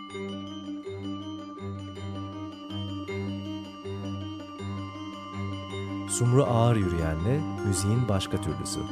Sumru Ağır Yürüyen'le müziğin başka türlüsü.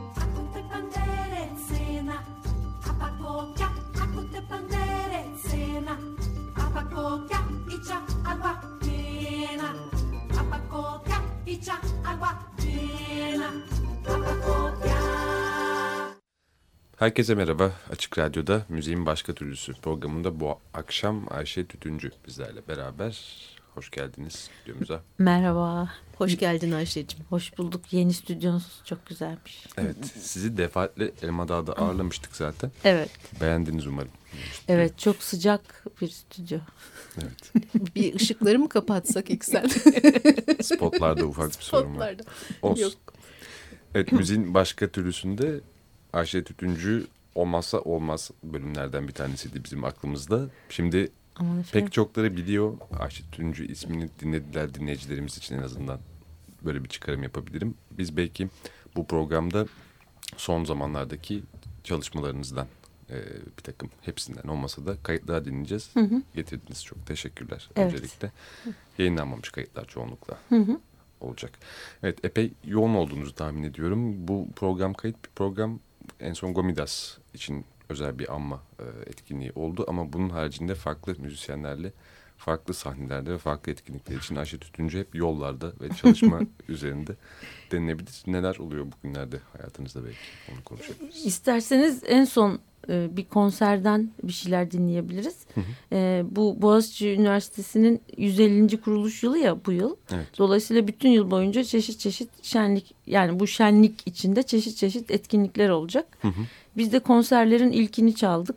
Herkese merhaba. Açık Radyo'da Müziğin Başka Türlüsü programında bu akşam Ayşe Tütüncü bizlerle beraber. Hoş geldiniz stüdyomuza. Merhaba. Hoş geldin Ayşe'cim. Hoş bulduk. Yeni stüdyonuz çok güzelmiş. Evet, sizi defaatle Elmadağ'da ağırlamıştık zaten. Evet. Beğendiniz umarım. Evet, çok sıcak bir stüdyo. Evet. Bir ışıkları mı kapatsak İksel? Spotlarda ufak bir sorun var. Olsun. Yok. Evet, Müziğin Başka Türlüsü'nde Ayşe Tütüncü olmazsa olmaz bölümlerden bir tanesiydi bizim aklımızda. Şimdi pek çokları biliyor. Ayşe Tütüncü ismini dinlediler, dinleyicilerimiz için en azından böyle bir çıkarım yapabilirim. Biz belki bu programda son zamanlardaki çalışmalarınızdan bir takım, hepsinden olmasa da kayıtlar dinleyeceğiz. Hı hı. Getirdiniz, çok teşekkürler. Evet. Öncelikle yayınlanmamış kayıtlar çoğunlukla olacak. Evet, epey yoğun olduğunuzu tahmin ediyorum. Bu program kayıt bir program. En son Gomidas için özel bir anma etkinliği oldu. Ama bunun haricinde farklı müzisyenlerle, farklı sahnelerde ve farklı etkinlikler için Ayşe Tütüncü hep yollarda ve çalışma üzerinde denilebilir. Neler oluyor bugünlerde hayatınızda, belki onu konuşabiliriz. İsterseniz en son bir konserden bir şeyler dinleyebiliriz. Hı hı. Bu Boğaziçi Üniversitesi'nin 150. kuruluş yılı ya bu yıl. Evet. Dolayısıyla bütün yıl boyunca çeşit çeşit şenlik, yani bu şenlik içinde çeşit çeşit etkinlikler olacak. Hı hı. Biz de konserlerin ilkini çaldık.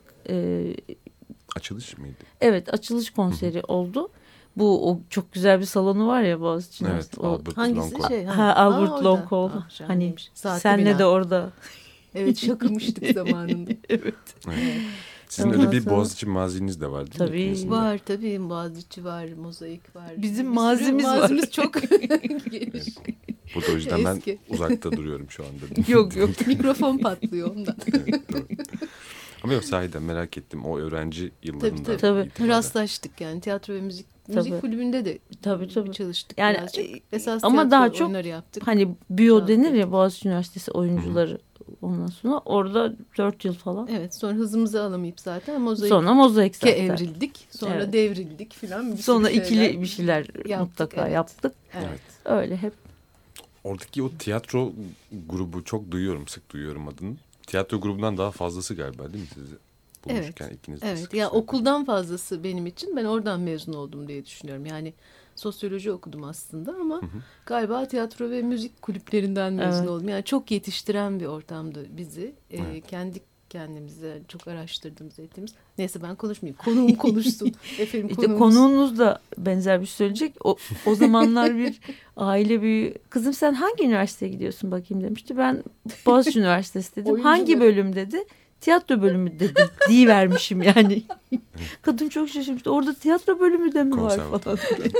Açılış mıydı? Evet, açılış konseri oldu. Bu o çok güzel bir salonu var ya Boğaziçi Üniversitesi. Evet, Albert hangisi Long şey? Albert Long Hall. Hani senle bina. De orada. Evet, şakırmıştık zamanında. Evet. Sizin öyle bir Boğaziçi maziniz de var değil mi? Tabii. Var tabii, Boğaziçi var, Mozaik var. Bizim mazimiz çok geniş. Bu da o yüzden ben uzakta duruyorum şu anda. Yok. Mikrofon patlıyor ondan. Evet, doğru. Ama yok, sahiden merak ettim o öğrenci yıllarından. Tabii. Rastlaştık yani, tiyatro ve müzik kulübünde de çalıştık. Yani esas ama daha çok yaptık. Hani büyo denir ya, Boğaziçi Üniversitesi oyuncuları. Ondan sonra orada 4 yıl falan. Evet, sonra hızımızı alamayıp zaten mozaik zaten evrildik. Sonra devrildik filan. Sonra ikili bir şeyler mutlaka yaptık. Evet. Öyle hep. Oradaki o tiyatro grubu çok duyuyorum, sık duyuyorum adını. Tiyatro grubundan daha fazlası galiba değil mi sizi? Evet. Ya okuldan fazlası benim için. Ben oradan mezun oldum diye düşünüyorum. Yani sosyoloji okudum aslında ama galiba tiyatro ve müzik kulüplerinden mezun oldum. Yani çok yetiştiren bir ortamdı bizi. Kendi kendimize çok araştırdığımız, ettiğimiz. Neyse, ben konuşmayayım. Konuğum konuşsun. Efendim, İşte konuğunuz da benzer bir şey söyleyecek. O zamanlar bir aile büyüğü, kızım sen hangi üniversiteye gidiyorsun bakayım demişti. Ben Boğaziçi Üniversitesi dedim. Hangi bölüm dedi. Tiyatro bölümü dedim. Diyivermişim yani. Kadın çok şaşırmıştı. Orada tiyatro bölümü de mi var falan.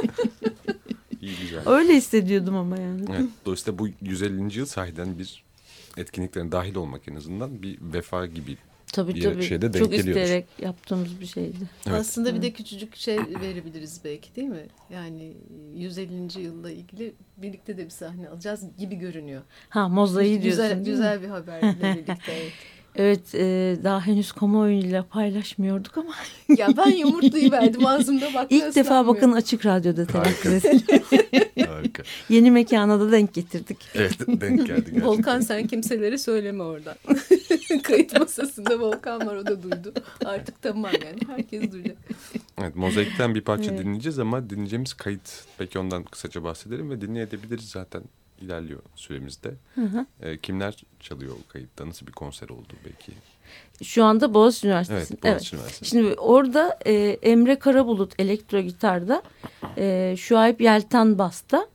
İyi, güzel. Öyle hissediyordum ama yani. Evet, dolayısıyla bu 150. yıl sahiden bir etkinliklerin dahil olmak en azından bir vefa gibi bir şeyde denk çok geliyoruz. isteyerek yaptığımız bir şeydi. Evet. Aslında bir de küçücük şey verebiliriz belki, değil mi? Yani 150. yılla ilgili birlikte de bir sahne alacağız gibi görünüyor. Mozaiği diyorsun. Güzel bir haberle birlikte. Evet. Evet, daha henüz kamuoyuyla paylaşmıyorduk ama. Ya ben yumurtayı verdim ağzımda, bak. İlk defa bakın Açık Radyo'da telaffuz edelim. Harika. Yeni mekana da denk getirdik. Evet, denk geldi gerçekten. Volkan, sen kimselere söyleme oradan. Kayıt masasında Volkan var, o da duydu. Artık tamam yani, herkes duyacak. Evet, Mozaik'ten bir parça dinleyeceğiz ama dinleyeceğimiz kayıt, peki ondan kısaca bahsedelim ve dinleyebiliriz zaten. İlerliyor süremizde. Kimler çalıyor o kayıtta? Nasıl bir konser oldu belki? Şu anda Boğaziçi Üniversitesi. Evet, Boğaziçi Üniversitesi. Şimdi orada Emre Karabulut elektro gitarda, Şuayb Yeltan basta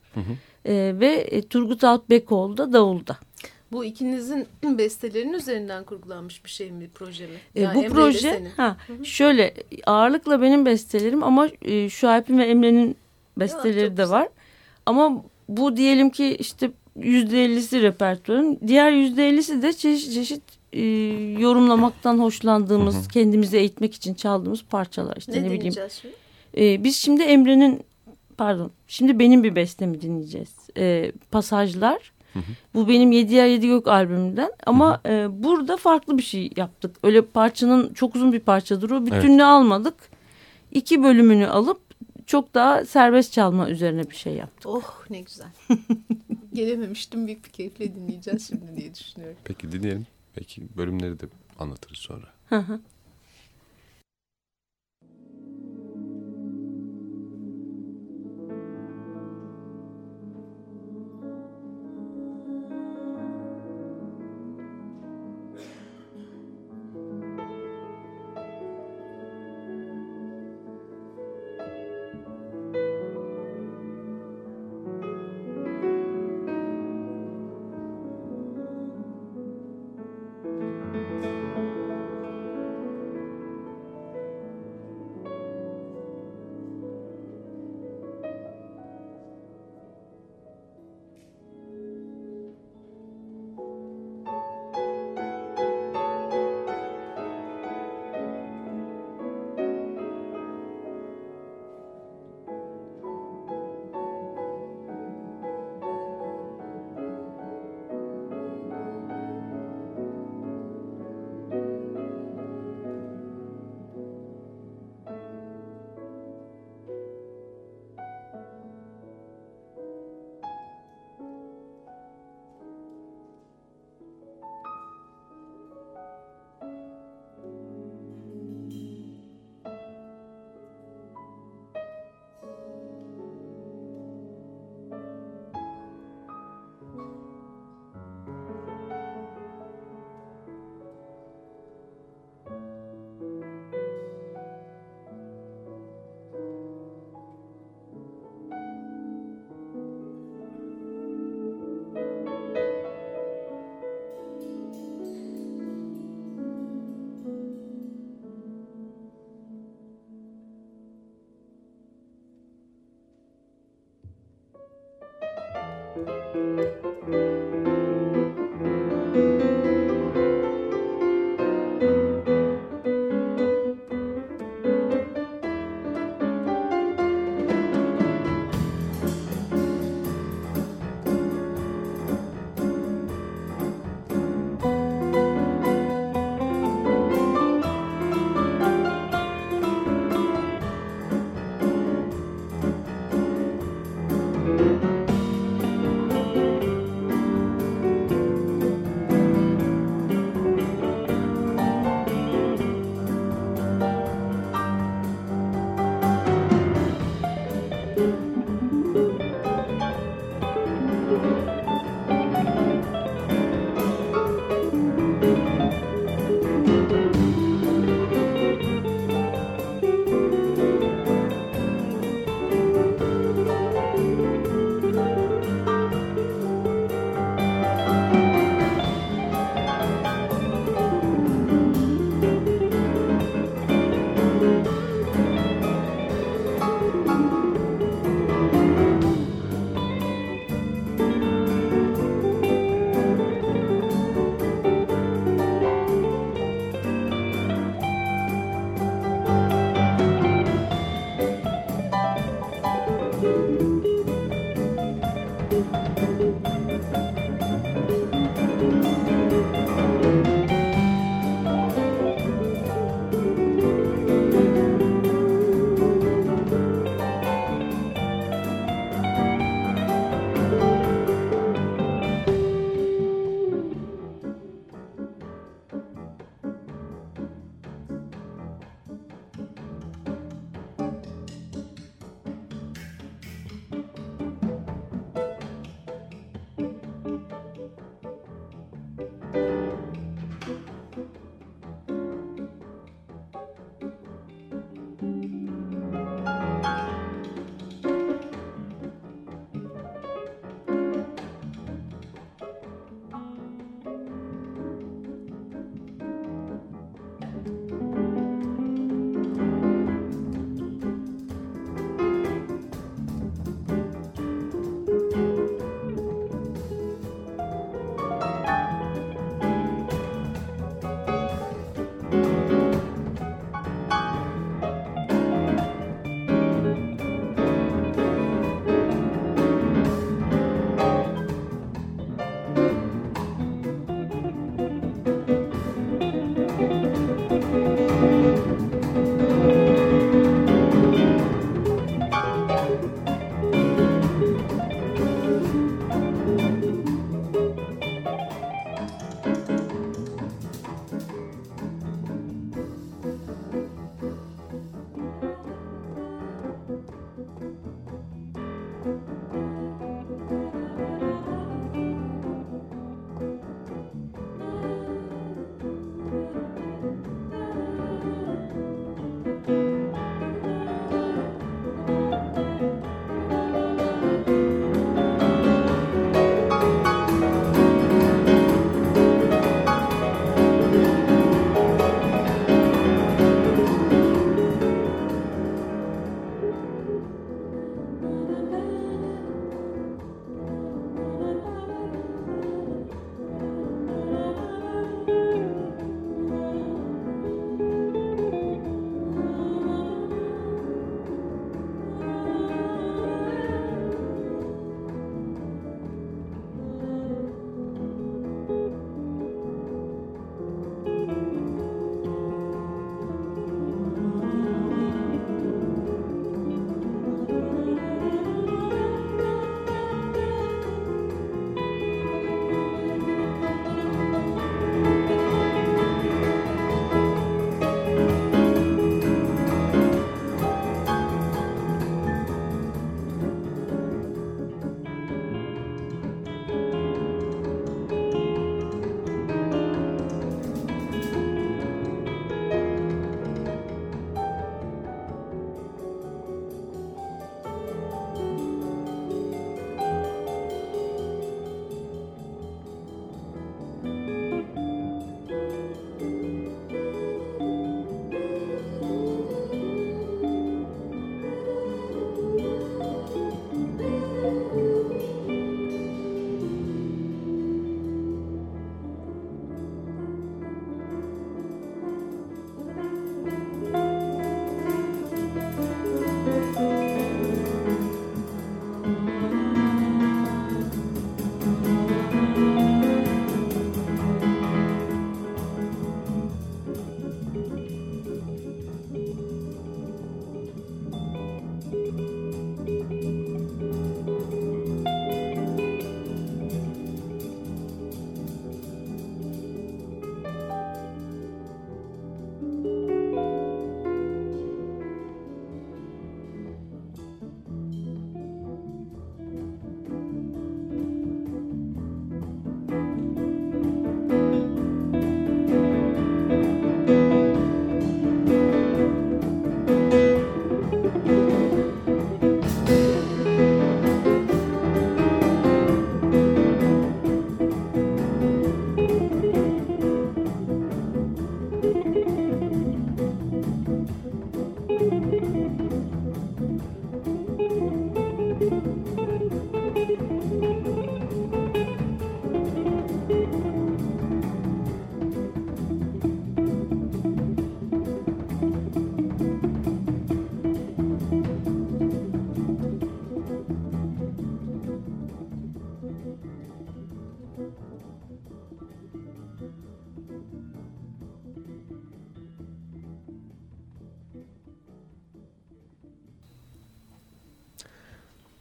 ve Turgut Alp Bekoğlu da davulda. Bu ikinizin bestelerinin üzerinden kurgulanmış bir şey mi, proje mi? Yani bu proje şöyle ağırlıkla benim bestelerim ama Şuayb'in ve Emre'nin besteleri de var. Ama bu diyelim ki işte %50'si repertuarın, diğer %50'si de çeşit çeşit yorumlamaktan hoşlandığımız, kendimizi eğitmek için çaldığımız parçalar. İşte ne bileyim. Biz şimdi şimdi benim bir bestemi dinleyeceğiz. Pasajlar. Bu benim 7 Yer 7 Gök albümümden ama burada farklı bir şey yaptık. Öyle parçanın çok uzun bir parçadır o. Bütününü almadık. 2 bölümünü alıp çok daha serbest çalma üzerine bir şey yaptık. Oh ne güzel. Gelememiştim, büyük bir keyifle dinleyeceğiz şimdi diye düşünüyorum. Peki dinleyelim. Belki bölümleri de anlatırız sonra. Hı hı.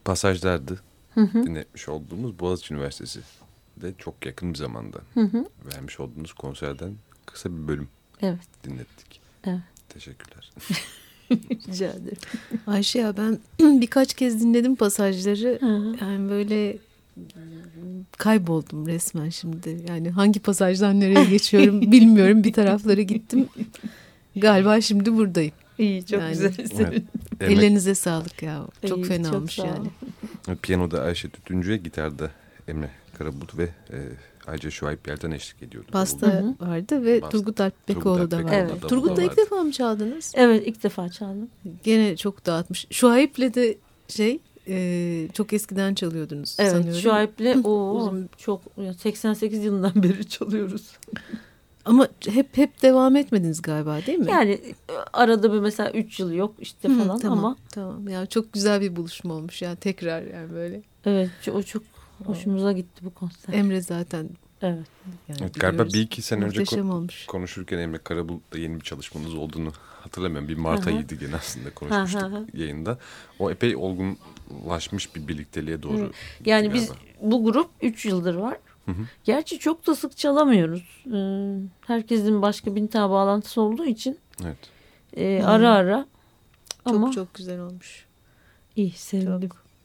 Pasajlardı dinletmiş olduğumuz Boğaziçi Üniversitesi de çok yakın bir zamanda vermiş olduğunuz konserden kısa bir bölüm dinlettik. Evet. Teşekkürler. Rica ederim. Ayşe ya ben birkaç kez dinledim pasajları. Yani böyle kayboldum resmen şimdi. Yani hangi pasajdan nereye geçiyorum bilmiyorum. Bir taraflara gittim. Galiba şimdi buradayım. İyi, çok yani, güzel. Evet. Ellerinize sağlık ya. Çok İyi, fena çok olmuş yani. Piyanoda Ayşe Tütüncü'ye, gitarda Emre Karabulut ve Ayça Şuayb Yelten eşlik ediyordu. Pasta vardı ve Turgut Alp Bekoğlu da vardı. Evet. Turgut'la ilk defa mı çaldınız? Evet, ilk defa çaldım. Gene çok dağıtmış. Şuayb'le de çok eskiden çalıyordunuz sanıyorum. Evet, Şuayb'le çok 88 yılından beri çalıyoruz. Ama hep devam etmediniz galiba, değil mi? Yani arada bir mesela 3 yıl yok işte falan tamam, ama. Tamam. Ya çok güzel bir buluşma olmuş yani tekrar yani böyle. Evet, o çok hoşumuza gitti bu konser. Emre zaten. Evet. Yani evet, galiba bir iki sene önce konuşurken Emre Karabulut'la yeni bir çalışmanız olduğunu hatırlamıyorum. Bir Mart ayıydı gene aslında konuşmuştuk yayında. O epey olgunlaşmış bir birlikteliğe doğru. Evet. Yani galiba. biz bu grup 3 yıldır var. Gerçi çok da sık çalamıyoruz. Herkesin başka bir tane bağlantısı olduğu için. Evet. Ara ara. Ama çok güzel olmuş. İyi, sevindim.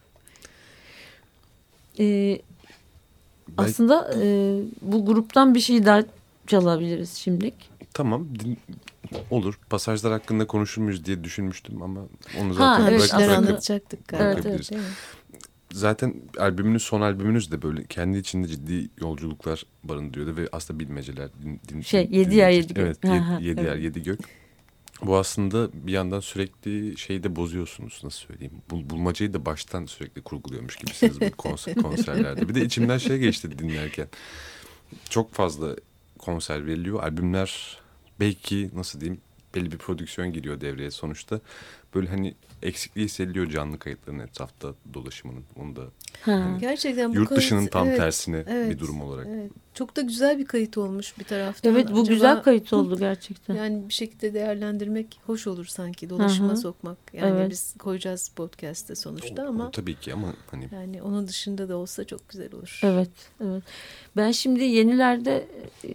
Aslında bu gruptan bir şey daha çalabiliriz şimdilik. Tamam, olur. Pasajlar hakkında konuşur muyuz diye düşünmüştüm ama onu zaten anlatacaktık galiba. Evet. Zaten son albümünüz de böyle kendi içinde ciddi yolculuklar barındırıyordu ve aslında bilmeceler. 7 yer 7 gök. Evet, 7 yer 7 gök. Bu aslında bir yandan sürekli şeyi de bozuyorsunuz, nasıl söyleyeyim. Bulmacayı da baştan sürekli kurguluyormuş gibisiniz bu konserlerde. Bir de içimden şey geçti dinlerken. Çok fazla konser veriliyor. Albümler belki nasıl diyeyim belli bir prodüksiyon giriyor devreye sonuçta. Böyle hani eksikliği hissediliyor canlı kayıtların etrafta dolaşımının. Onu da hani gerçekten bu yurt dışının tam tersine bir durum olarak. Evet. Çok da güzel bir kayıt olmuş bir taraftan. Evet, bu güzel kayıt oldu gerçekten. Yani bir şekilde değerlendirmek hoş olur sanki, dolaşıma sokmak. Yani biz koyacağız podcast'te sonuçta ama. Tabii ki ama hani. Yani onun dışında da olsa çok güzel olur. Evet. Ben şimdi yenilerde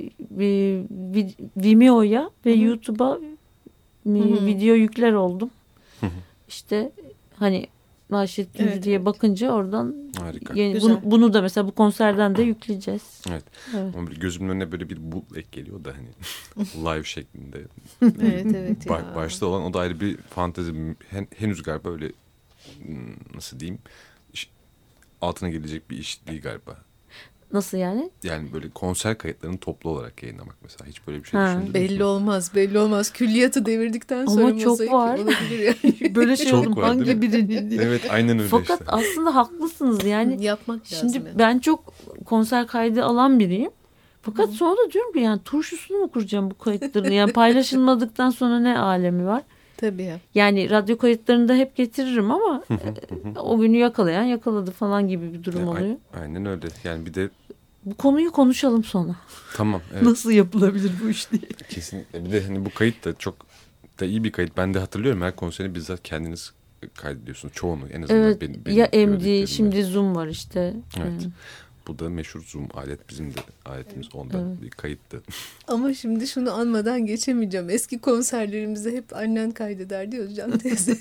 Vimeo'ya ve YouTube'a video yükler oldum. İşte hani Ayşe Tütüncü diye bakınca oradan bunu da mesela bu konserden de yükleyeceğiz. Evet. Ama gözümün önüne böyle bir bootleg geliyor da hani live şeklinde. Evet. Başta olan o da ayrı bir fantezi. Henüz galiba öyle nasıl diyeyim altına gelecek bir iş değil galiba. Nasıl yani? Yani böyle konser kayıtlarını toplu olarak yayınlamak mesela. Hiç böyle bir şey düşündün mü? Belli olmaz. Külliyatı devirdikten sonra ama çok var. Yani. Böyle şey oldum. Hangi birini diye. Evet, aynen öyle. Fakat aslında haklısınız yani. Yapmak lazım. Şimdi ben çok konser kaydı alan biriyim. Fakat sonra da diyorum ki yani turşusunu mu kuracağım bu kayıtlarını? Yani paylaşılmadıktan sonra ne alemi var? Tabii ya. Yani radyo kayıtlarını da hep getiririm ama o günü yakalayan yakaladı falan gibi bir durum oluyor. Aynen öyle. Yani bir de bu konuyu konuşalım sonra. Tamam. Evet. Nasıl yapılabilir bu iş diye. Kesinlikle. Bir de hani bu kayıt da çok da iyi bir kayıt. Ben de hatırlıyorum her konserini bizzat kendiniz kaydediyorsunuz. Çoğunu en azından. Evet. Ya MD şimdi Zoom var işte. Evet. Bu da meşhur Zoom alet. Bizim de aletimiz ondan bir kayıttı. Ama şimdi şunu anmadan geçemeyeceğim. Eski konserlerimizde hep annen kaydeder diyor Can teyze.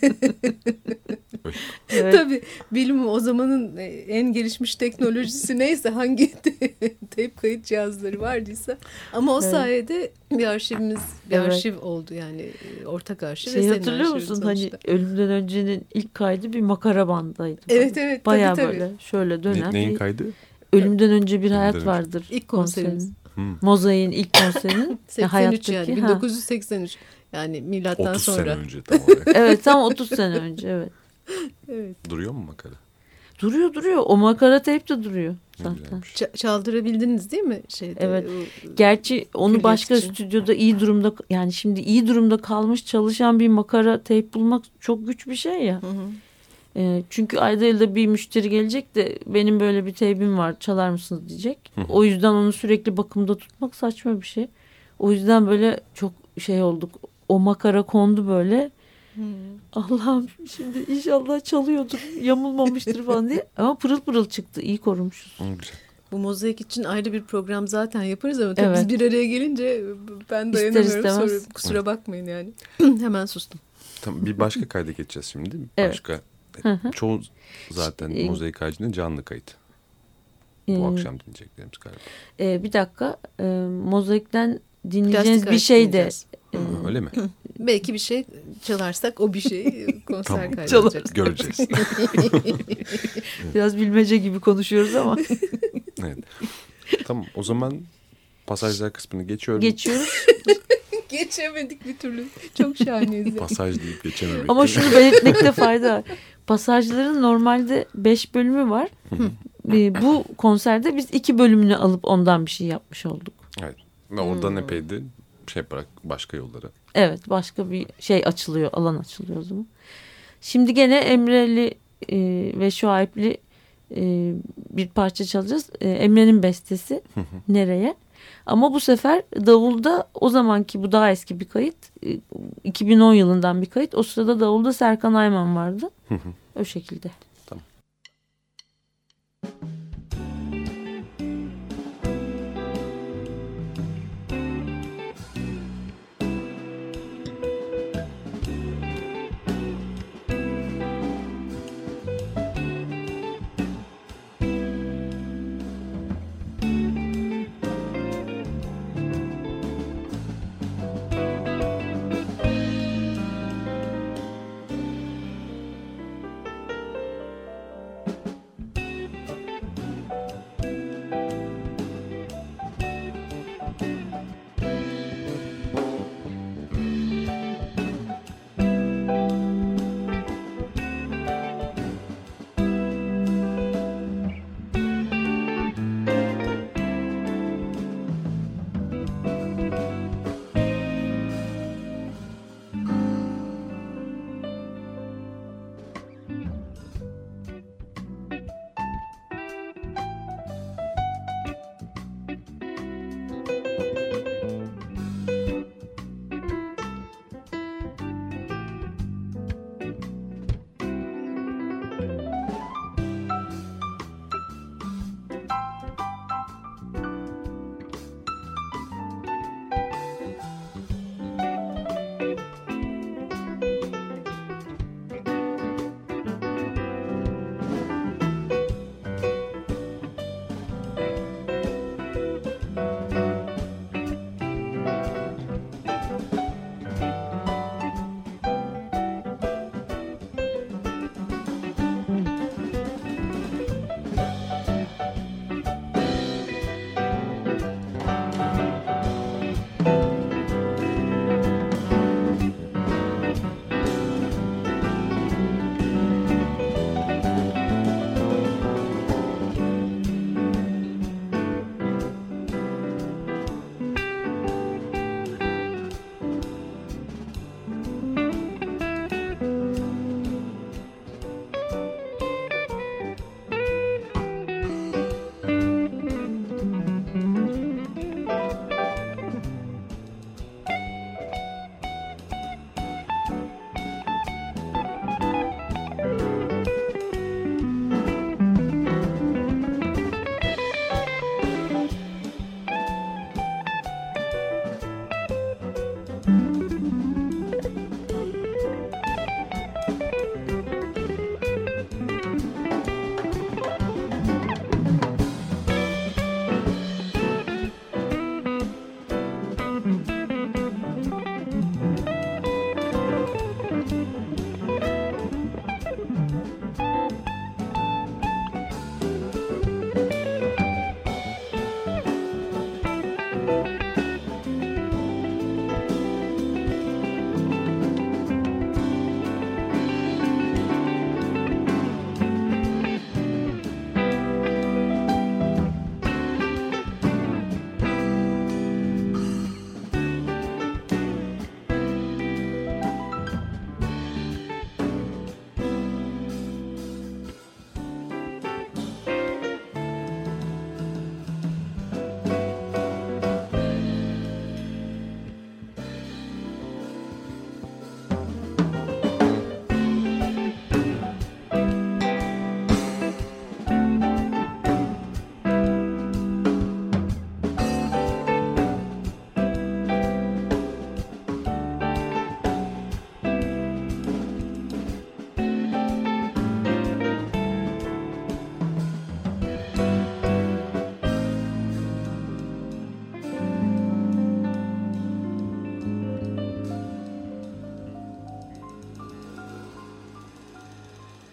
Evet. Tabii bilim o zamanın en gelişmiş teknolojisi neyse hangi teyp kayıt cihazları vardıysa. Ama o sayede bir arşivimiz arşiv oldu yani ortak arşiv. Hatırlıyor musun sonuçta. Hani ölümden öncenin ilk kaydı bir makara bandaydı. Evet. Bayağı tabii. böyle şöyle dönen. Neyin kaydı? Ölümden önce bir hayat vardır. İlk konserimiz. Mozaik'in ilk konserinin. 83 yani 1983. Yani milattan 30 sonra. 30 sene önce tam olarak. Evet, tam 30 sene önce evet. Duruyor mu makara? Duruyor. O makara teyp de duruyor zaten. Çaldırabildiniz değil mi? Evet. Gerçi onu başka stüdyoda iyi durumda yani şimdi iyi durumda kalmış çalışan bir makara teyp bulmak çok güç bir şey ya. Çünkü ayda yılda bir müşteri gelecek de benim böyle bir teybim var çalar mısınız diyecek. O yüzden onu sürekli bakımda tutmak saçma bir şey. O yüzden böyle çok şey olduk. O makara kondu böyle. Allah'ım şimdi inşallah çalıyordur, yamulmamıştır falan diye. Ama pırıl pırıl çıktı. İyi korumuşuz. Güzel. Bu mozaik için ayrı bir program zaten yaparız ama tabii biz bir araya gelince ben dayanamıyorum. Sonra kusura bakmayın yani. Hemen sustum. Tamam, bir başka kayda geçeceğiz şimdi. Başka. Çoğu zaten mozaik haricinde canlı kayıt. Bu akşam dinleyeceklerimiz galiba. Bir dakika. Mozaikten dinleyeceğiniz bir şey de. Öyle mi? Belki bir şey çalarsak o bir şey konser kaydedeceğiz. Göreceğiz. Biraz bilmece gibi konuşuyoruz ama. Evet. Tamam, o zaman pasajlar kısmını geçiyoruz. Geçemedik bir türlü. Çok şahaneyiz. Pasaj deyip geçememek. Ama şunu belirtmekte fayda var. Pasajların normalde 5 bölümü var. Bu konserde biz 2 bölümünü alıp ondan bir şey yapmış olduk. Evet. Ve oradan epeydi bırak başka yollara. Evet, başka bir şey açılıyor, alan açılıyor o zaman. Şimdi gene Emre'li ve Şuayb'li bir parça çalacağız. Emre'nin bestesi Nereye? Ama bu sefer davulda o zamanki, bu daha eski bir kayıt. 2010 yılından bir kayıt. O sırada davulda Serkan Ayman vardı. O şekilde. Tamam.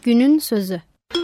Günün sözü.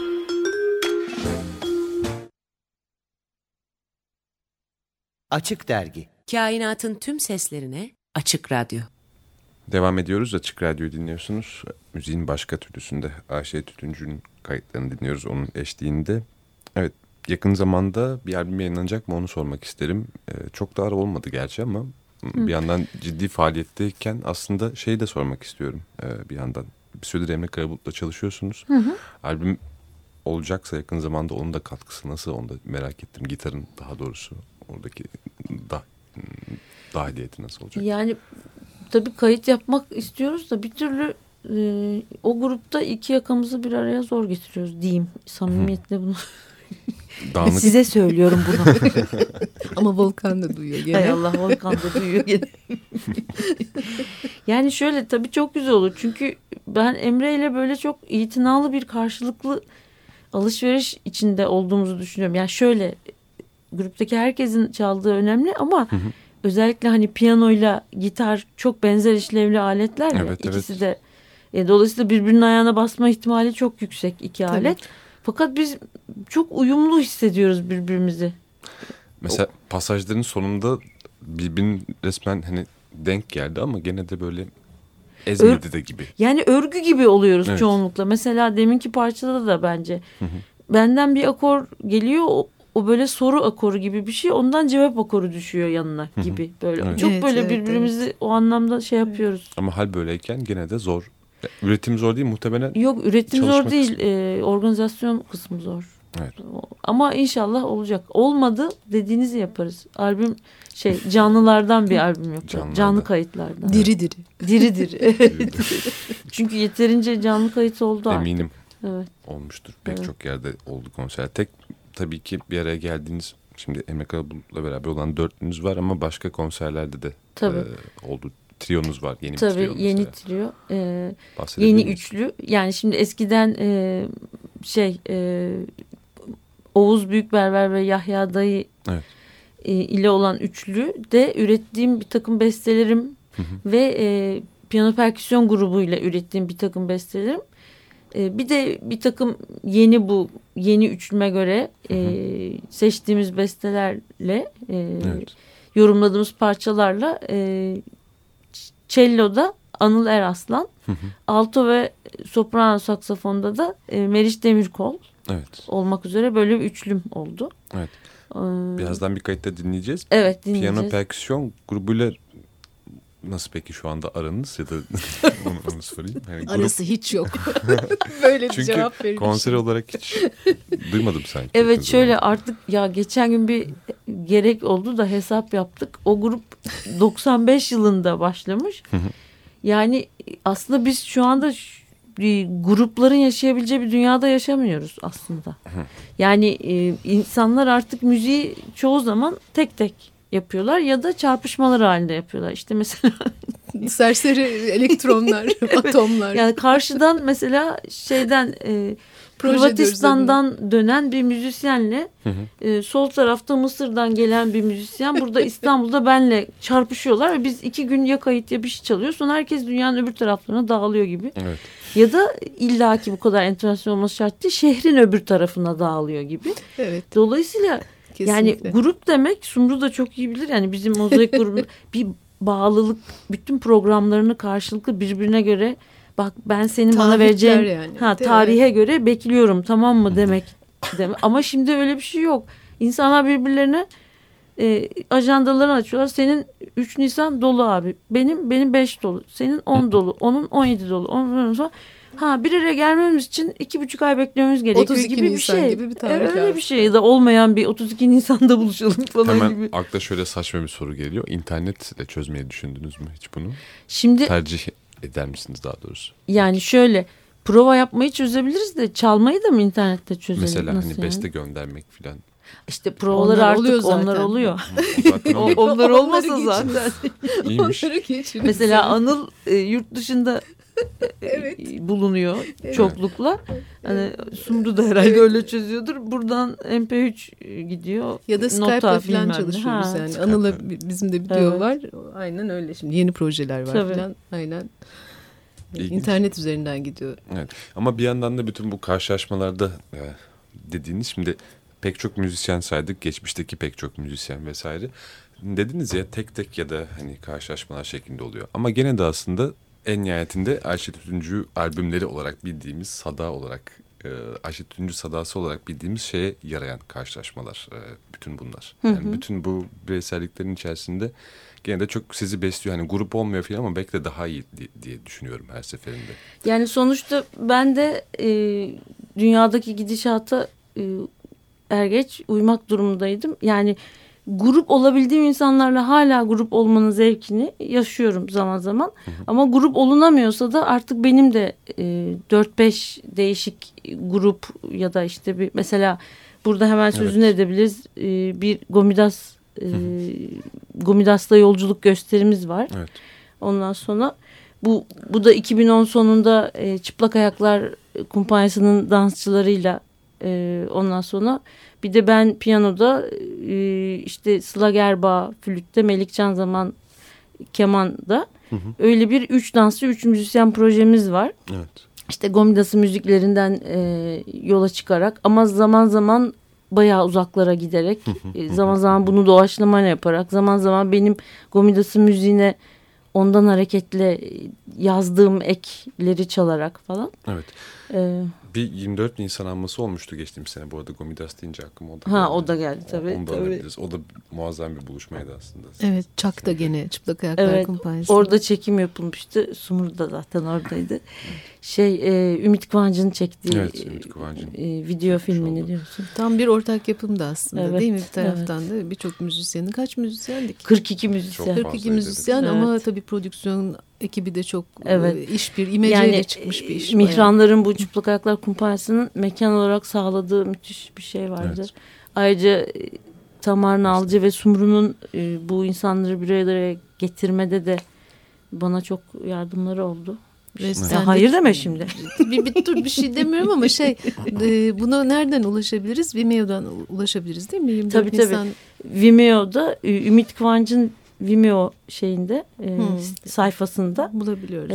Açık Dergi. Kainatın tüm seslerine Açık Radyo. Devam ediyoruz. Açık Radyo'yu dinliyorsunuz. Müziğin başka türlüsünde Ayşe Tütüncü'nün kayıtlarını dinliyoruz onun eşliğinde. Evet, yakın zamanda bir albüm yayınlanacak mı onu sormak isterim. Çok da ara olmadı gerçi ama bir yandan ciddi faaliyetteyken aslında şeyi de sormak istiyorum bir yandan. Bir süredir Emre Karabulut'la çalışıyorsunuz. Albüm olacaksa yakın zamanda onun da katkısı nasıl, onu da merak ettim. Gitarın daha doğrusu oradaki dahiliyeti nasıl olacak? Yani tabii kayıt yapmak istiyoruz da bir türlü o grupta iki yakamızı bir araya zor getiriyoruz diyeyim. Samimiyetle bunu size söylüyorum bunu. Ama Volkan da duyuyor gene. Hay Allah, Volkan da duyuyor gene. Yani şöyle, tabii çok güzel olur. Çünkü ben Emre ile böyle çok itinalı bir karşılıklı alışveriş içinde olduğumuzu düşünüyorum. Yani şöyle, gruptaki herkesin çaldığı önemli ama özellikle hani piyanoyla gitar çok benzer işlevli aletler ya, evet, ikisi de. Dolayısıyla birbirinin ayağına basma ihtimali çok yüksek iki alet. Fakat biz çok uyumlu hissediyoruz birbirimizi. Mesela pasajların sonunda birbirinin resmen hani denk geldi ama gene de böyle ezmedi de gibi. Yani örgü gibi oluyoruz evet. çoğunlukla. Mesela deminki parçada da bence. Benden bir akor geliyor, o böyle soru akoru gibi bir şey. Ondan cevap akoru düşüyor yanına gibi. Böyle evet. çok Evet, böyle evet, birbirimizi evet. o anlamda şey yapıyoruz. Ama hal böyleyken gene de zor. Üretim zor değil muhtemelen. Yok, üretim zor değil. Kısmı. Organizasyon kısmı zor. Evet. Ama inşallah olacak. Olmadı dediğinizi yaparız. Albüm canlılardan bir albüm yapacağız. Canlı kayıtlardan. Diri diri. Diri diri. Evet. Çünkü yeterince canlı kayıt oldu artık. Eminim. Evet. Olmuştur. Pek evet. çok yerde oldu konser. Tek tabii ki bir araya geldiğiniz, şimdi Emre Karabulut'la beraber olan dörtlünüz var ama başka konserlerde de oldu. Triyonuz var. Yeni bir trio. Tabii yeni trio. Bahsedebilir Yeni miyiz? üçlü. Yani şimdi eskiden Oğuz Büyükberber ve Yahya Dayı ile olan üçlü de ürettiğim bir takım bestelerim ve piyano perküsyon grubuyla ürettiğim bir takım bestelerim. Bir de bir takım yeni üçlüme göre seçtiğimiz bestelerle yorumladığımız parçalarla cello'da Anıl Eraslan, alto ve soprano saksafonda da Meriç Demirkol olmak üzere böyle bir üçlüm oldu. Evet. Birazdan bir kayıtta dinleyeceğiz. Evet, dinleyeceğiz. Piyano perküsyon grubuyla nasıl peki şu anda aranız ya da onu sorayım. Yani arası hiç yok. Böyle bir cevap çünkü verir. konser olarak hiç duymadım sanki. Evet, şöyle artık ya geçen gün bir gerek oldu da hesap yaptık. O grup 95 yılında başlamış. Yani aslında biz şu anda grupların yaşayabileceği bir dünyada yaşamıyoruz aslında. Yani insanlar artık müziği çoğu zaman tek tek yapıyorlar ya da çarpışmalar halinde yapıyorlar. İşte mesela serseri elektronlar, atomlar. Yani karşıdan mesela Hırvatistan'dan dönen bir müzisyenle sol tarafta Mısır'dan gelen bir müzisyen burada İstanbul'da benle çarpışıyorlar ve biz 2 gün ya kayıt ya bir şey çalıyoruz. Sonra herkes dünyanın öbür taraflarına dağılıyor gibi. Evet. Ya da illaki bu kadar entegrasyon olması şart değil, şehrin öbür tarafına dağılıyor gibi. Evet. Dolayısıyla kesinlikle. Yani grup demek, Sumru da çok iyi bilir. Yani bizim Mozaik grubunda bir bağlılık, bütün programlarını karşılıklı birbirine göre, bak ben senin bana vereceğin yani, tarihe göre bekliyorum, tamam mı demek. Ama şimdi öyle bir şey yok. İnsanlar birbirlerine ajandalarını açıyorlar. Senin 3 Nisan dolu abi. Benim 5 dolu. Senin 10 dolu. Onun 17 dolu. Onun sonra bir araya gelmemiz için 2,5 ay beklememiz gerekiyor 32 gibi Nisan bir şey. Gibi bir tarih öyle bir şey ya da olmayan bir 32 Nisan'da buluşalım falan hemen gibi. Akla şöyle saçma bir soru geliyor. İnternetle çözmeyi düşündünüz mü hiç bunu? Şimdi tercih eder misiniz daha doğrusu? Yani şöyle, prova yapmayı çözebiliriz de çalmayı da mı internette çözelim? Mesela nasıl hani beste göndermek falan. İşte provalar onlar artık oluyor onlar oluyor. Zaten oluyor. Onlar olmasa zaten. İyiymiş. Mesela Anıl yurt dışında bulunuyor çoklukla. Hani Sumru da herhalde öyle çözüyordur. Buradan MP3 gidiyor. Ya da Skype'la falan çalışıyoruz yani. Skype. Anıl'la bizim de bir duo var. Aynen öyle. Şimdi yeni projeler var falan. Aynen. İnternet üzerinden gidiyor. Evet. Ama bir yandan da bütün bu karşılaşmalarda dediğiniz, şimdi pek çok müzisyen saydık. Geçmişteki pek çok müzisyen vesaire. Dediniz ya, tek tek ya da hani karşılaşmalar şeklinde oluyor. Ama gene de aslında en nihayetinde Ayşe Tütüncü albümleri olarak bildiğimiz sada olarak, Ayşe Tütüncü sadası olarak bildiğimiz şeye yarayan karşılaşmalar. Bütün bunlar. Yani bütün bu bireyselliklerin içerisinde gene de çok sizi besliyor. Hani grup olmuyor falan ama belki de daha iyi diye düşünüyorum her seferinde. Yani sonuçta ben de dünyadaki gidişata er geç uymak durumundaydım. Yani grup olabildiğim insanlarla hala grup olmanın zevkini yaşıyorum zaman zaman. Ama grup olunamıyorsa da artık benim de 4-5 değişik grup ya da işte bir, mesela burada hemen sözünü edebiliriz. Bir Gomidas'la yolculuk gösterimiz var. Evet. Ondan sonra bu da 2010 sonunda Çıplak Ayaklar Kumpanyası'nın dansçılarıyla, ondan sonra bir de ben piyanoda, işte Sıla Gerbağ flütte, Melikcan Zaman kemanda, öyle bir 3 dansçı 3 müzisyen projemiz var. Evet. İşte Gomidas'ın müziklerinden yola çıkarak ama zaman zaman bayağı uzaklara giderek, zaman zaman bunu doğaçlamayla yaparak, zaman zaman benim Gomidas'ın müziğine ondan hareketle yazdığım ekleri çalarak falan. Evet. Bir 24 Nisan anması olmuştu geçtiğimiz sene. Bu arada Gomidas deyince aklıma o da geldi. O da geldi tabii. Onu da alabiliriz. O da muazzam bir buluşmaydı aslında. Evet, Çak'ta gene Çıplak Ayaklar Kumpanyası. Orada çekim yapılmıştı. Sumru da zaten oradaydı. Ümit Kıvancı'nın çektiği Ümit Kıvancı'nın video filmini diyorsun. Tam bir ortak yapımdı aslında, evet, değil mi? Bir taraftan da birçok müzisyenin, kaç müzisyendik? 42 müzisyen. 42 müzisyen ama tabii prodüksiyon ekibi de çok imeceyle yani, çıkmış bir iş. Mihranların bu Çıplak Ayaklar Kumpanyası'nın mekan olarak sağladığı müthiş bir şey vardı. Evet. Ayrıca Tamar Nalcı ve Sumru'nun bu insanları bir araya getirmede de bana çok yardımları oldu. Hayır deme şimdi. Bir şey demiyorum ama buna nereden ulaşabiliriz? Vimeo'dan ulaşabiliriz değil mi? Tabii. Vimeo'da Ümit Kıvancı'nın Vimeo sayfasında bulabiliyoruz.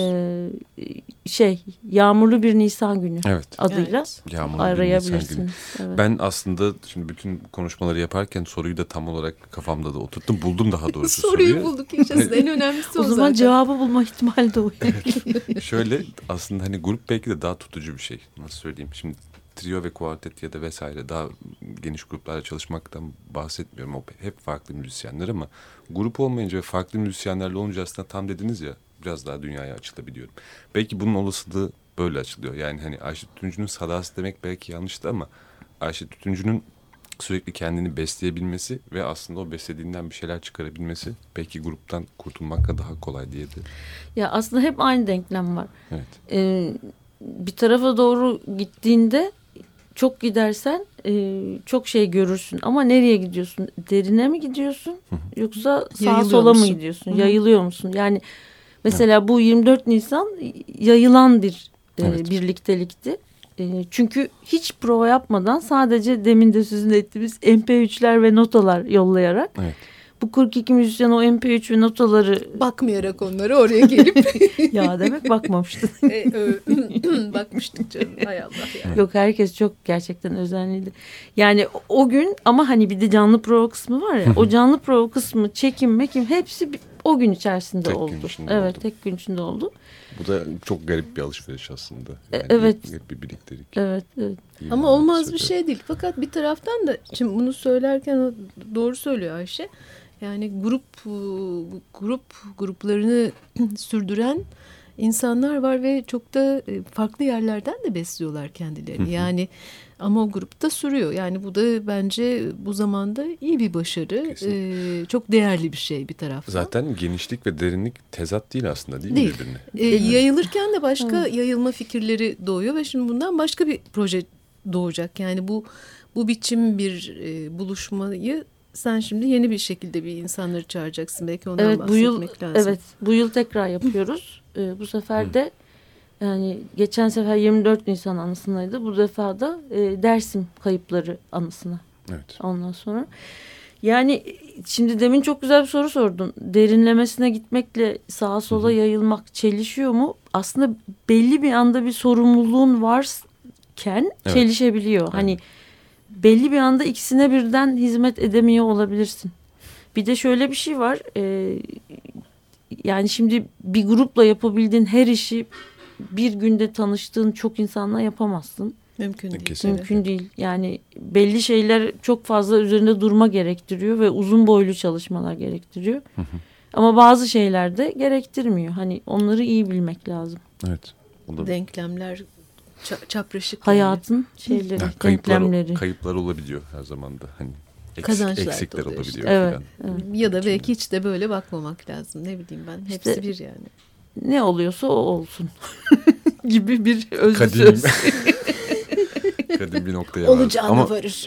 Yağmurlu bir Nisan günü adıyla arayabilirsiniz. Evet. Ben aslında şimdi bütün konuşmaları yaparken soruyu da tam olarak kafamda da oturttum. Buldum daha doğrusu soruyu bulduk yaşasın. En önemlisi o zaman zaten. Cevabı bulma ihtimali de o. Şöyle aslında hani grup belki de daha tutucu bir şey. Nasıl söyleyeyim? Şimdi trio ve kuartet ya da vesaire daha geniş gruplarla çalışmaktan bahsetmiyorum. O hep farklı müzisyenler ama grup olmayınca ve farklı müzisyenlerle olunca aslında tam dediniz ya, biraz daha dünyaya açılabiliyorum. Belki bunun olasılığı böyle açılıyor. Yani hani Ayşe Tütüncü'nün sadası demek belki yanlıştı ama Ayşe Tütüncü'nün sürekli kendini besleyebilmesi ve aslında o beslediğinden bir şeyler çıkarabilmesi belki gruptan kurtulmakla daha kolay diye de. Ya aslında hep aynı denklem var. Evet. Bir tarafa doğru gittiğinde çok gidersen çok şey görürsün ama nereye gidiyorsun? Derine mi gidiyorsun? Yoksa sağa sola mı gidiyorsun? Yayılıyor musun? Yani mesela bu 24 Nisan yayılan bir birliktelikti. Çünkü hiç prova yapmadan sadece demin de sözünü ettiğimiz MP3'ler ve notalar yollayarak bu 42 müzisyen o MP3 ve notaları bakmayarak onları oraya gelip ya demek bakmamıştın. Bakmıştık canım, hay Allah ya. Yok, herkes çok gerçekten özenliydi. Yani o gün ama hani bir de canlı prova kısmı var ya, o canlı prova kısmı, çekim hepsi o gün içerisinde oldu. Tek gün içinde oldu. Bu da çok garip bir alışveriş aslında. Yani garip bir birliktelik. Evet. Ama olmaz bir şey değil. Fakat bir taraftan da şimdi bunu söylerken doğru söylüyor Ayşe. Yani gruplarını sürdüren insanlar var ve çok da farklı yerlerden de besliyorlar kendilerini. Yani ama o grupta sürüyor. Yani bu da bence bu zamanda iyi bir başarı. Çok değerli bir şey bir taraftan. Zaten genişlik ve derinlik tezat değil aslında, değil mi birbirine? Yayılırken de başka yayılma fikirleri doğuyor ve şimdi bundan başka bir proje doğacak. Yani bu biçim bir buluşmayı sen şimdi yeni bir şekilde bir insanları çağıracaksın. Belki ondan bahsetmek lazım. Evet, bu yıl tekrar yapıyoruz. Bu sefer de yani geçen sefer 24 Nisan anısındaydı. Bu defa da Dersim kayıpları anısına. Evet. Ondan sonra Yani şimdi demin çok güzel bir soru sordun. Derinlemesine gitmekle sağa sola yayılmak çelişiyor mu? Aslında belli bir anda bir sorumluluğun varken çelişebiliyor. Evet. Hani belli bir anda ikisine birden hizmet edemiyor olabilirsin. Bir de şöyle bir şey var. Yani şimdi bir grupla yapabildiğin her işi bir günde tanıştığın çok insanla yapamazsın. Mümkün değil. Kesinlikle. Mümkün değil. Yani belli şeyler çok fazla üzerinde durma gerektiriyor ve uzun boylu çalışmalar gerektiriyor. Ama bazı şeyler de gerektirmiyor. Hani onları iyi bilmek lazım. Evet. Denklemler çapraşık. Hayatın şeyleri, denklemleri. Kayıplar olabiliyor her zaman da. Hani eksikler olabiliyor. Işte. Evet. Ya da belki hiç de böyle bakmamak lazım. Ne bileyim ben. Hepsi İşte, bir yani. Ne oluyorsa o olsun. gibi bir özlü söz. Kadim bir noktaya var. Olacağına varır.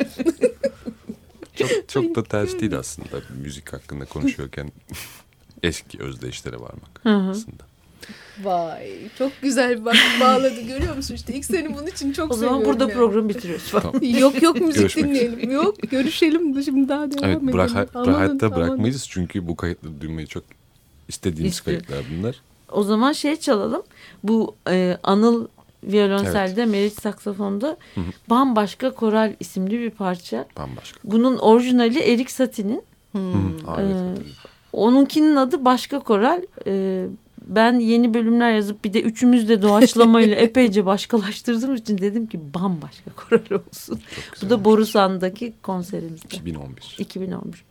çok da ters değil aslında. Müzik hakkında konuşuyorken eski özdeşlere varmak aslında. Vay, çok güzel bağladı, görüyor musun? İşte ilk seni bunun için çok seviyorum. O zaman burada programı bitiriyoruz. Tamam. Yok müzik dinleyelim. Yok, görüşelim. Şimdi daha devam edelim. Hayatta bırakmayız çünkü bu kayıtları duymayı çok istediğimiz kayıtlar bunlar. O zaman çalalım. Bu Anıl violonselde, Meriç saksafonda Bambaşka Koral isimli bir parça. Bambaşka. Bunun orijinali Erik Satie'nin. Onunkinin adı Başka Koral. Ben yeni bölümler yazıp bir de üçümüz de doğaçlamayla epeyce başkalaştırdığımız için dedim ki Bambaşka Koral olsun. Bu da Borusan'daki konserimizde. 2011.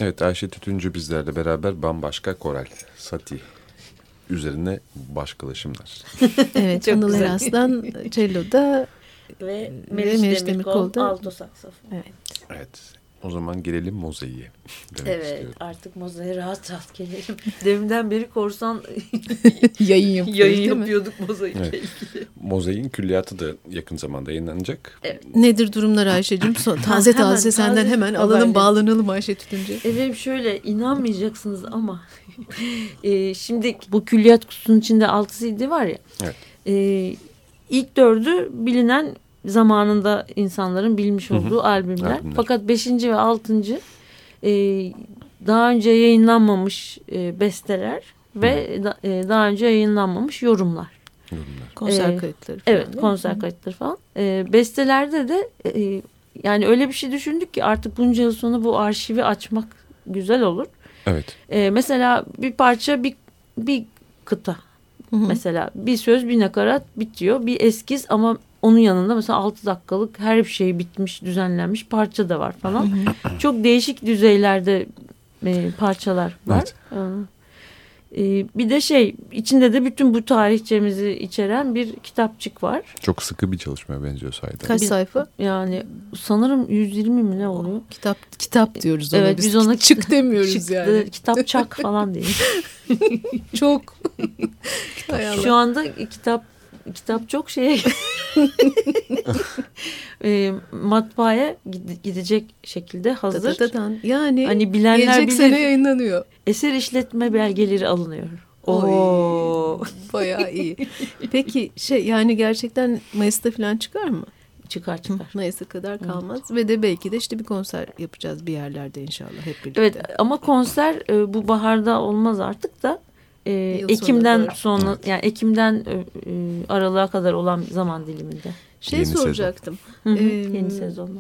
Evet, Ayşe Tütüncü bizlerle beraber Bambaşka Koral, Sati üzerine başkalaşımlar. Evet, Anıl Eraslan cello'da ve Meriç Demirkol'da alto saksafon. Evet. O zaman gelelim mozaiğe demek istiyorum. Artık mozaiğe rahat rahat gelelim. Deminden beri korsan yayın yapıyorduk mozaikle ilgili. Mozaiğin külliyatı da yakın zamanda yayınlanacak. Evet. Nedir durumlar Ayşe'cim? Taze senden hemen alalım, bağlanalım Ayşe Tütüncü. Efendim şöyle, inanmayacaksınız ama şimdi bu külliyat kutusunun içinde 6 CD var ya. Evet. İlk 4'ü bilinen, zamanında insanların bilmiş olduğu albümler. Fakat 5. ve 6. Daha önce yayınlanmamış besteler ve daha önce yayınlanmamış yorumlar. Konser kayıtları falan. Evet, konser kayıtları falan. Bestelerde de yani öyle bir şey düşündük ki artık bunca yıl sonra bu arşivi açmak güzel olur. Evet. Mesela bir parça, bir kıta. Mesela bir söz, bir nakarat bitiyor. Bir eskiz ama onun yanında mesela 6 dakikalık her şey bitmiş, düzenlenmiş parça da var falan. Çok değişik düzeylerde parçalar var. Evet. Bir de içinde de bütün bu tarihçemizi içeren bir kitapçık var. Çok sıkı bir çalışmaya benziyor sayede. Kaç sayfa? Yani sanırım 120 mi ne oluyor? Kitap diyoruz ona. Evet, biz ona çık demiyoruz yani. Kitapçak falan değil. Çok. Şu anda kitap çok matbaaya gidecek şekilde hazır. Yani hani bilenler gelecek bilir, sene yayınlanıyor. Eser işletme belgeleri alınıyor. Oo. Bayağı iyi. Peki yani gerçekten Mayıs'ta falan çıkar mı? Çıkar. Mayıs'a kadar kalmaz. Evet. Ve de belki de işte bir konser yapacağız bir yerlerde inşallah hep birlikte. Evet, ama konser bu baharda olmaz artık da Ekim'den sonra yani Ekim'den Aralık'a kadar olan zaman diliminde. Yeni soracaktım. Yeni sezonda.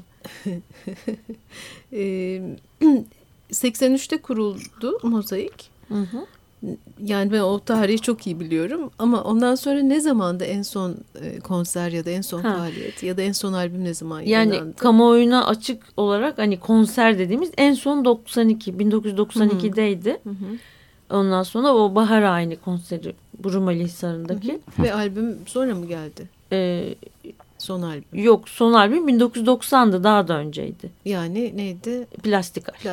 83'te kuruldu Mozaik. Yani ben o tarihi çok iyi biliyorum. Ama ondan sonra ne zamanda en son konser ya da en son faaliyet ya da en son albüm ne zaman yayınlandı? Yani kamuoyuna açık olarak hani konser dediğimiz en son 1992'deydi. Ondan sonra o bahar ayini konseri Rumeli Hisarı'ndaki. Ve albüm sonra mı geldi? Son albüm. Yok, son albüm 1990'dı, daha da önceydi. Yani neydi? Plastik Aşk.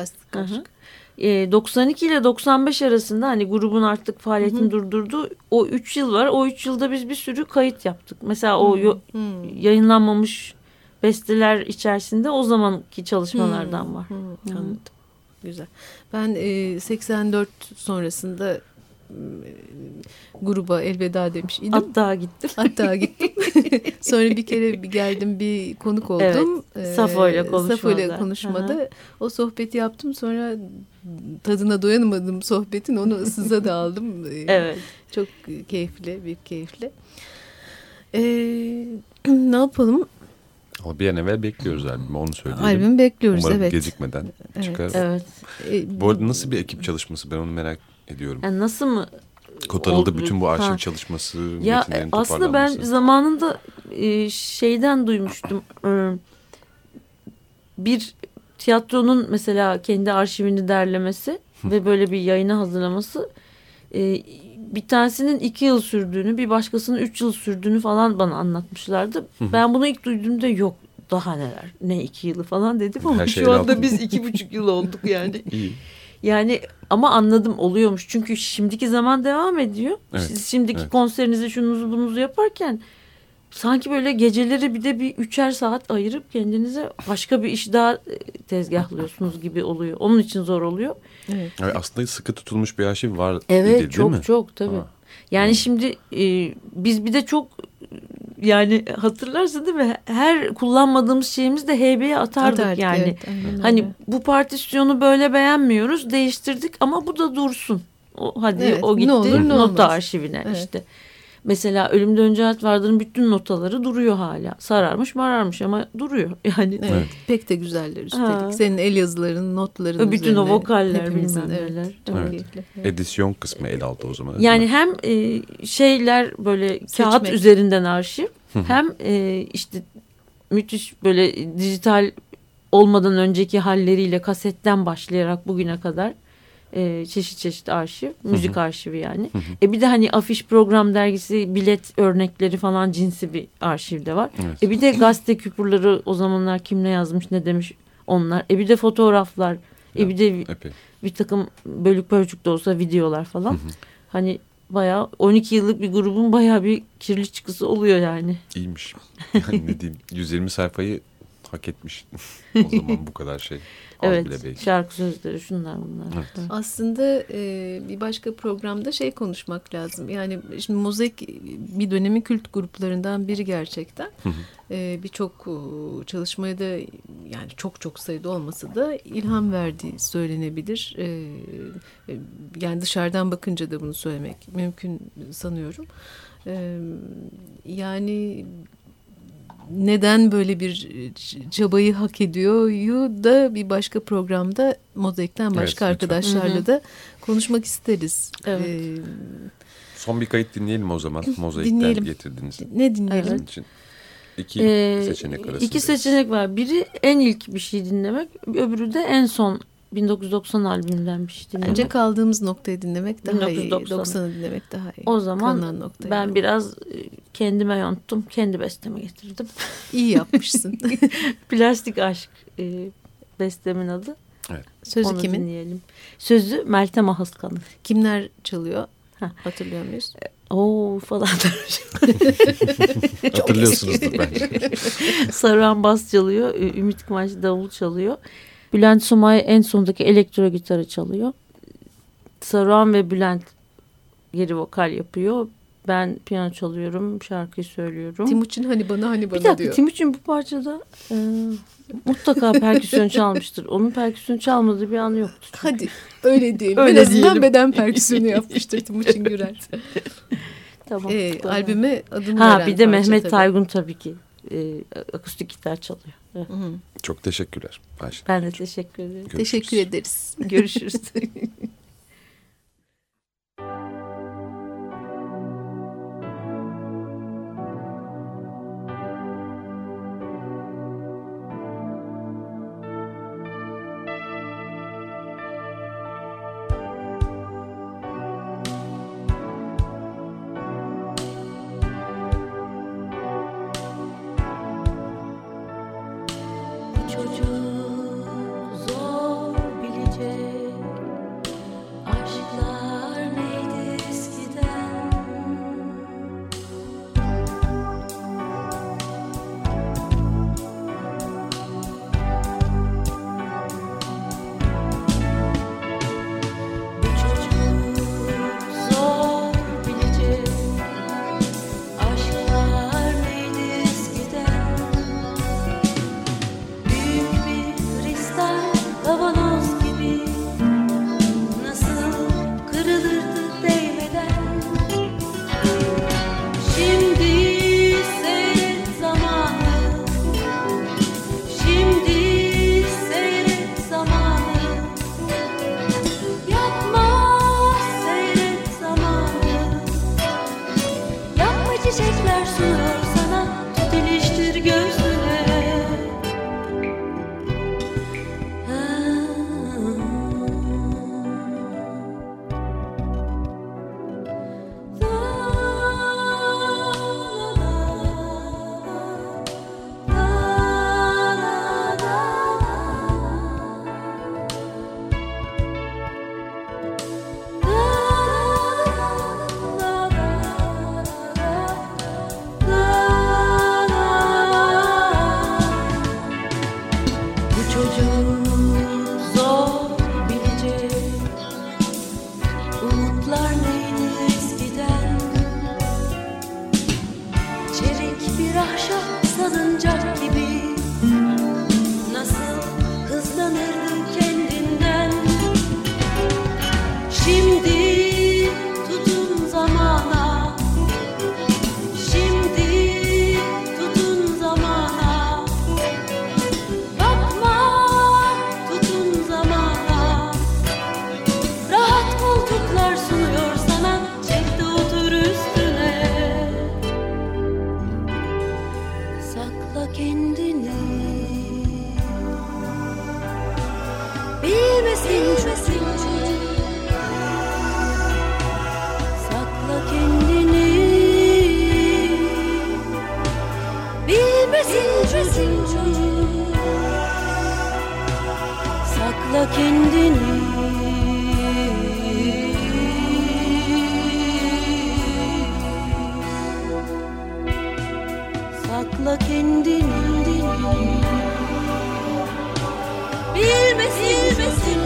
92 ile 95 arasında hani grubun artık faaliyetini durdurduğu o 3 yıl var. O 3 yılda biz bir sürü kayıt yaptık. Mesela o yayınlanmamış besteler içerisinde o zamanki çalışmalardan var. Anladım. Güzel. Ben 84 sonrasında gruba elveda demiş idim. Hatta gittim. Sonra bir kere geldim, bir konuk oldum. Evet, Safo ile konuşmada. O sohbeti yaptım. Sonra tadına doyanamadım sohbetin. Onu ıssıza da aldım. Evet. Çok keyifli, büyük keyifli. Ne yapalım? Ama bir an evvel bekliyoruz albümü, onu söyleyelim. Albüm bekliyoruz. Umarım evet. gecikmeden çıkar. Evet. Bu arada nasıl bir ekip çalışması, ben onu merak ediyorum. Yani nasıl mı? Kotarıldı bütün bu arşiv çalışması, ya metinlerin aslında ben zamanında şeyden duymuştum. Bir tiyatronun mesela kendi arşivini derlemesi ve böyle bir yayına hazırlaması, bir tanesinin 2 yıl sürdüğünü, bir başkasının 3 yıl sürdüğünü falan bana anlatmışlardı. Ben bunu ilk duyduğumda yok daha neler, ne 2 yılı falan dedim ama şu anda biz 2,5 yıl olduk yani. İyi. Yani ama anladım, oluyormuş. Çünkü şimdiki zaman devam ediyor. Evet, Siz şimdiki konserinizi şunuzu bunuzu yaparken sanki böyle geceleri bir de bir 3'er saat ayırıp kendinize başka bir iş daha tezgahlıyorsunuz gibi oluyor. Onun için zor oluyor. Evet. Yani aslında sıkı tutulmuş bir arşiv var. Evet, değil mi? Çok tabii. Yani şimdi biz bir de çok, yani hatırlarsın değil mi? Her kullanmadığımız şeyimizi de heybeye atardık yani. Evet, hani bu partisyonu böyle beğenmiyoruz, değiştirdik ama bu da dursun. O gitti, nota arşivine işte. Mesela Ölümden Önce Hayat Vardır'ın bütün notaları duruyor hala. Sararmış mararmış ama duruyor yani. Evet. Pek de güzeller üstelik. Senin el yazıların, notların bütün üzerine. O vokaller bilmem neler. Evet. Edisyon kısmı el aldı o zaman. Yani hem şeyler böyle kağıt üzerinden arşiv, hem işte müthiş böyle dijital olmadan önceki halleriyle kasetten başlayarak bugüne kadar çeşit çeşit arşiv, müzik arşivi yani. Bir de hani afiş, program dergisi, bilet örnekleri falan cinsi bir arşiv de var. Evet. Bir de gazete küpürleri, o zamanlar kim ne yazmış ne demiş onlar. Bir de fotoğraflar, bir de bir takım bölük pörçük de olsa videolar falan. Hani bayağı 12 yıllık bir grubun bayağı bir kirli çıkısı oluyor yani. İyiymiş. Yani ne diyeyim, 120 sayfayı hak etmiş. O zaman bu kadar şey. Evet, şarkı sözleri, şunlar bunlar. Evet. Aslında bir başka programda şey konuşmak lazım. Yani şimdi Mozaik bir dönemin kült gruplarından biri gerçekten. Birçok çalışmaya da yani çok sayıda olmasa da ilham verdiği söylenebilir. Yani dışarıdan bakınca da bunu söylemek mümkün sanıyorum. Yani neden böyle bir çabayı hak ediyor'yu da bir başka programda Mozaik'ten başka arkadaşlarla da konuşmak isteriz. Evet. Son bir kayıt dinleyelim o zaman. Mozaik'ten getirdiniz. Ne dinleyelim? Evet. Için. İki seçenek arasında. İki seçenek var. Biri en ilk bir şey dinlemek, öbürü de en son 1990 albümünden bir şey dinlemek. Önce kaldığımız noktayı dinlemek daha 1990. iyi. 90'ı dinlemek daha iyi. O zaman ben biraz kendime yonttum. Kendi bestemi getirdim. İyi yapmışsın. Plastik Aşk bestemin adı. Evet. Sözü Onu kimin? Dinleyelim. Sözü Meltem Ahıskan'ın. Kimler çalıyor? Hatırlıyor muyuz? Falan. Hatırlıyorsunuzdur bence. Saruhan bas çalıyor. Ümit Kıvanç davul çalıyor. Bülent Sumay en sondaki elektro gitarı çalıyor. Saruhan ve Bülent geri vokal yapıyor. Ben piyano çalıyorum, şarkıyı söylüyorum. Timuçin hani bana bir dakika, diyor. Timuçin bu parçada mutlaka perküsyon çalmıştır. Onun perküsyon çalmadığı bir anı yoktu. Çünkü. Hadi öyle diyelim. Öyle en azından diyelim. beden perküsyonu yapmıştır Timuçin Gürel. Tamam. Albüme adını veren bir de Mehmet tabii. Taygun tabii ki akustik gitar çalıyor. Çok teşekkürler Ayşe. Ben de teşekkür ederim. Görüşürüz. Teşekkür ederiz. Görüşürüz. bilmesin çocuk. Sakla kendini, bilmesin çocuk. Sakla kendini. Sakla kendini, bilmesin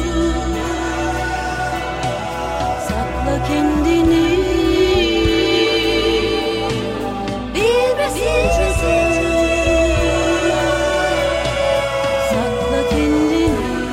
sakla kendini, bilmesin sakla kendini.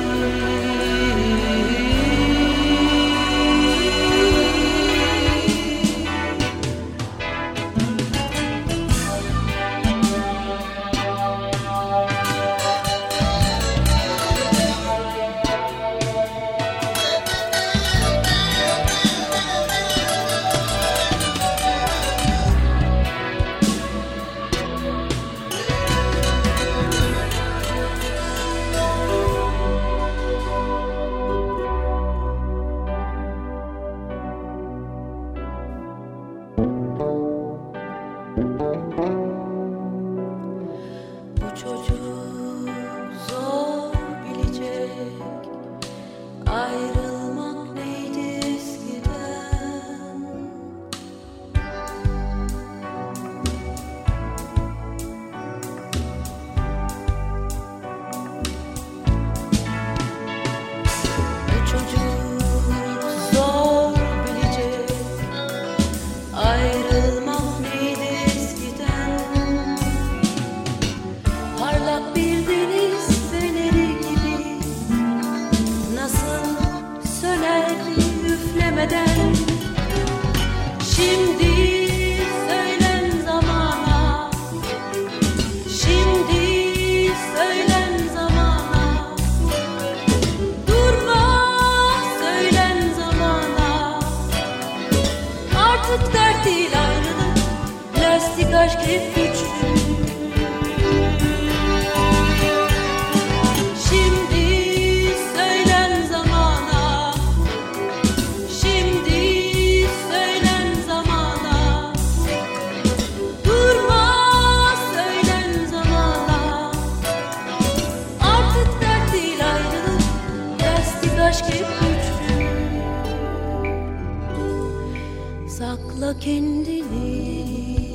Sakla kendini,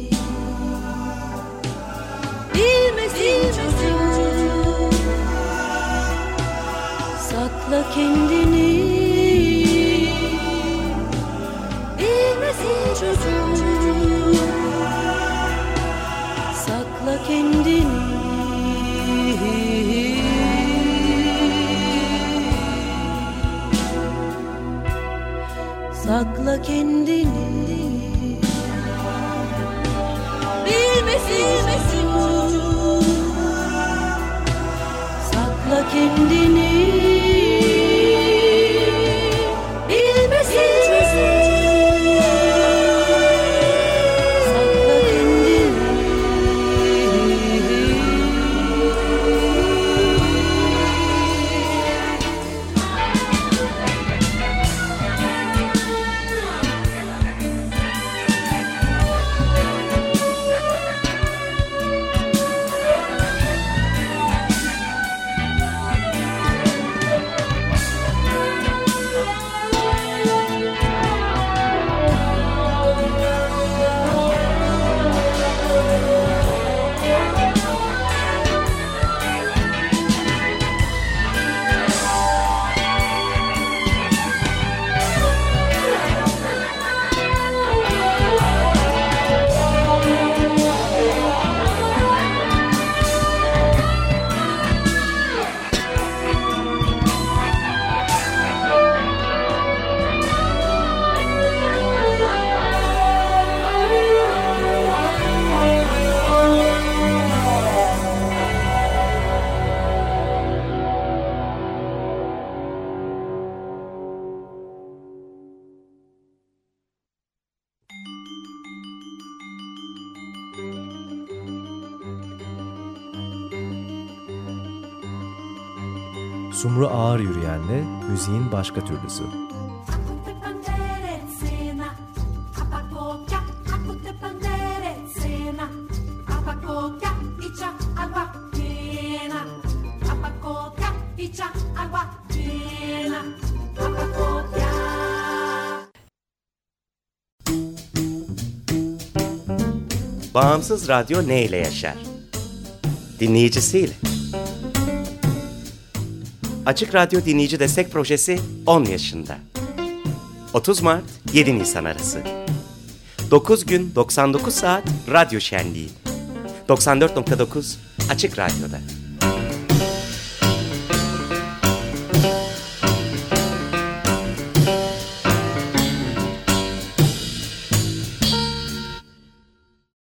bilmesin çocuk. Sakla kendini, bilmesin çocuk. Sakla kendini. Sakla kendini, bilmesin çocuk. Sakla kendini, bilmesin çocuk. Sakla kendini. Sumru Ağır Yürüyen'le müziğin başka türlüsü. Bağımsız radyo neyle yaşar? Dinleyicisiyle. Açık Radyo Dinleyici Destek Projesi 10 yaşında. 30 Mart 7 Nisan arası. 9 gün 99 saat radyo şenliği. 94.9 Açık Radyo'da.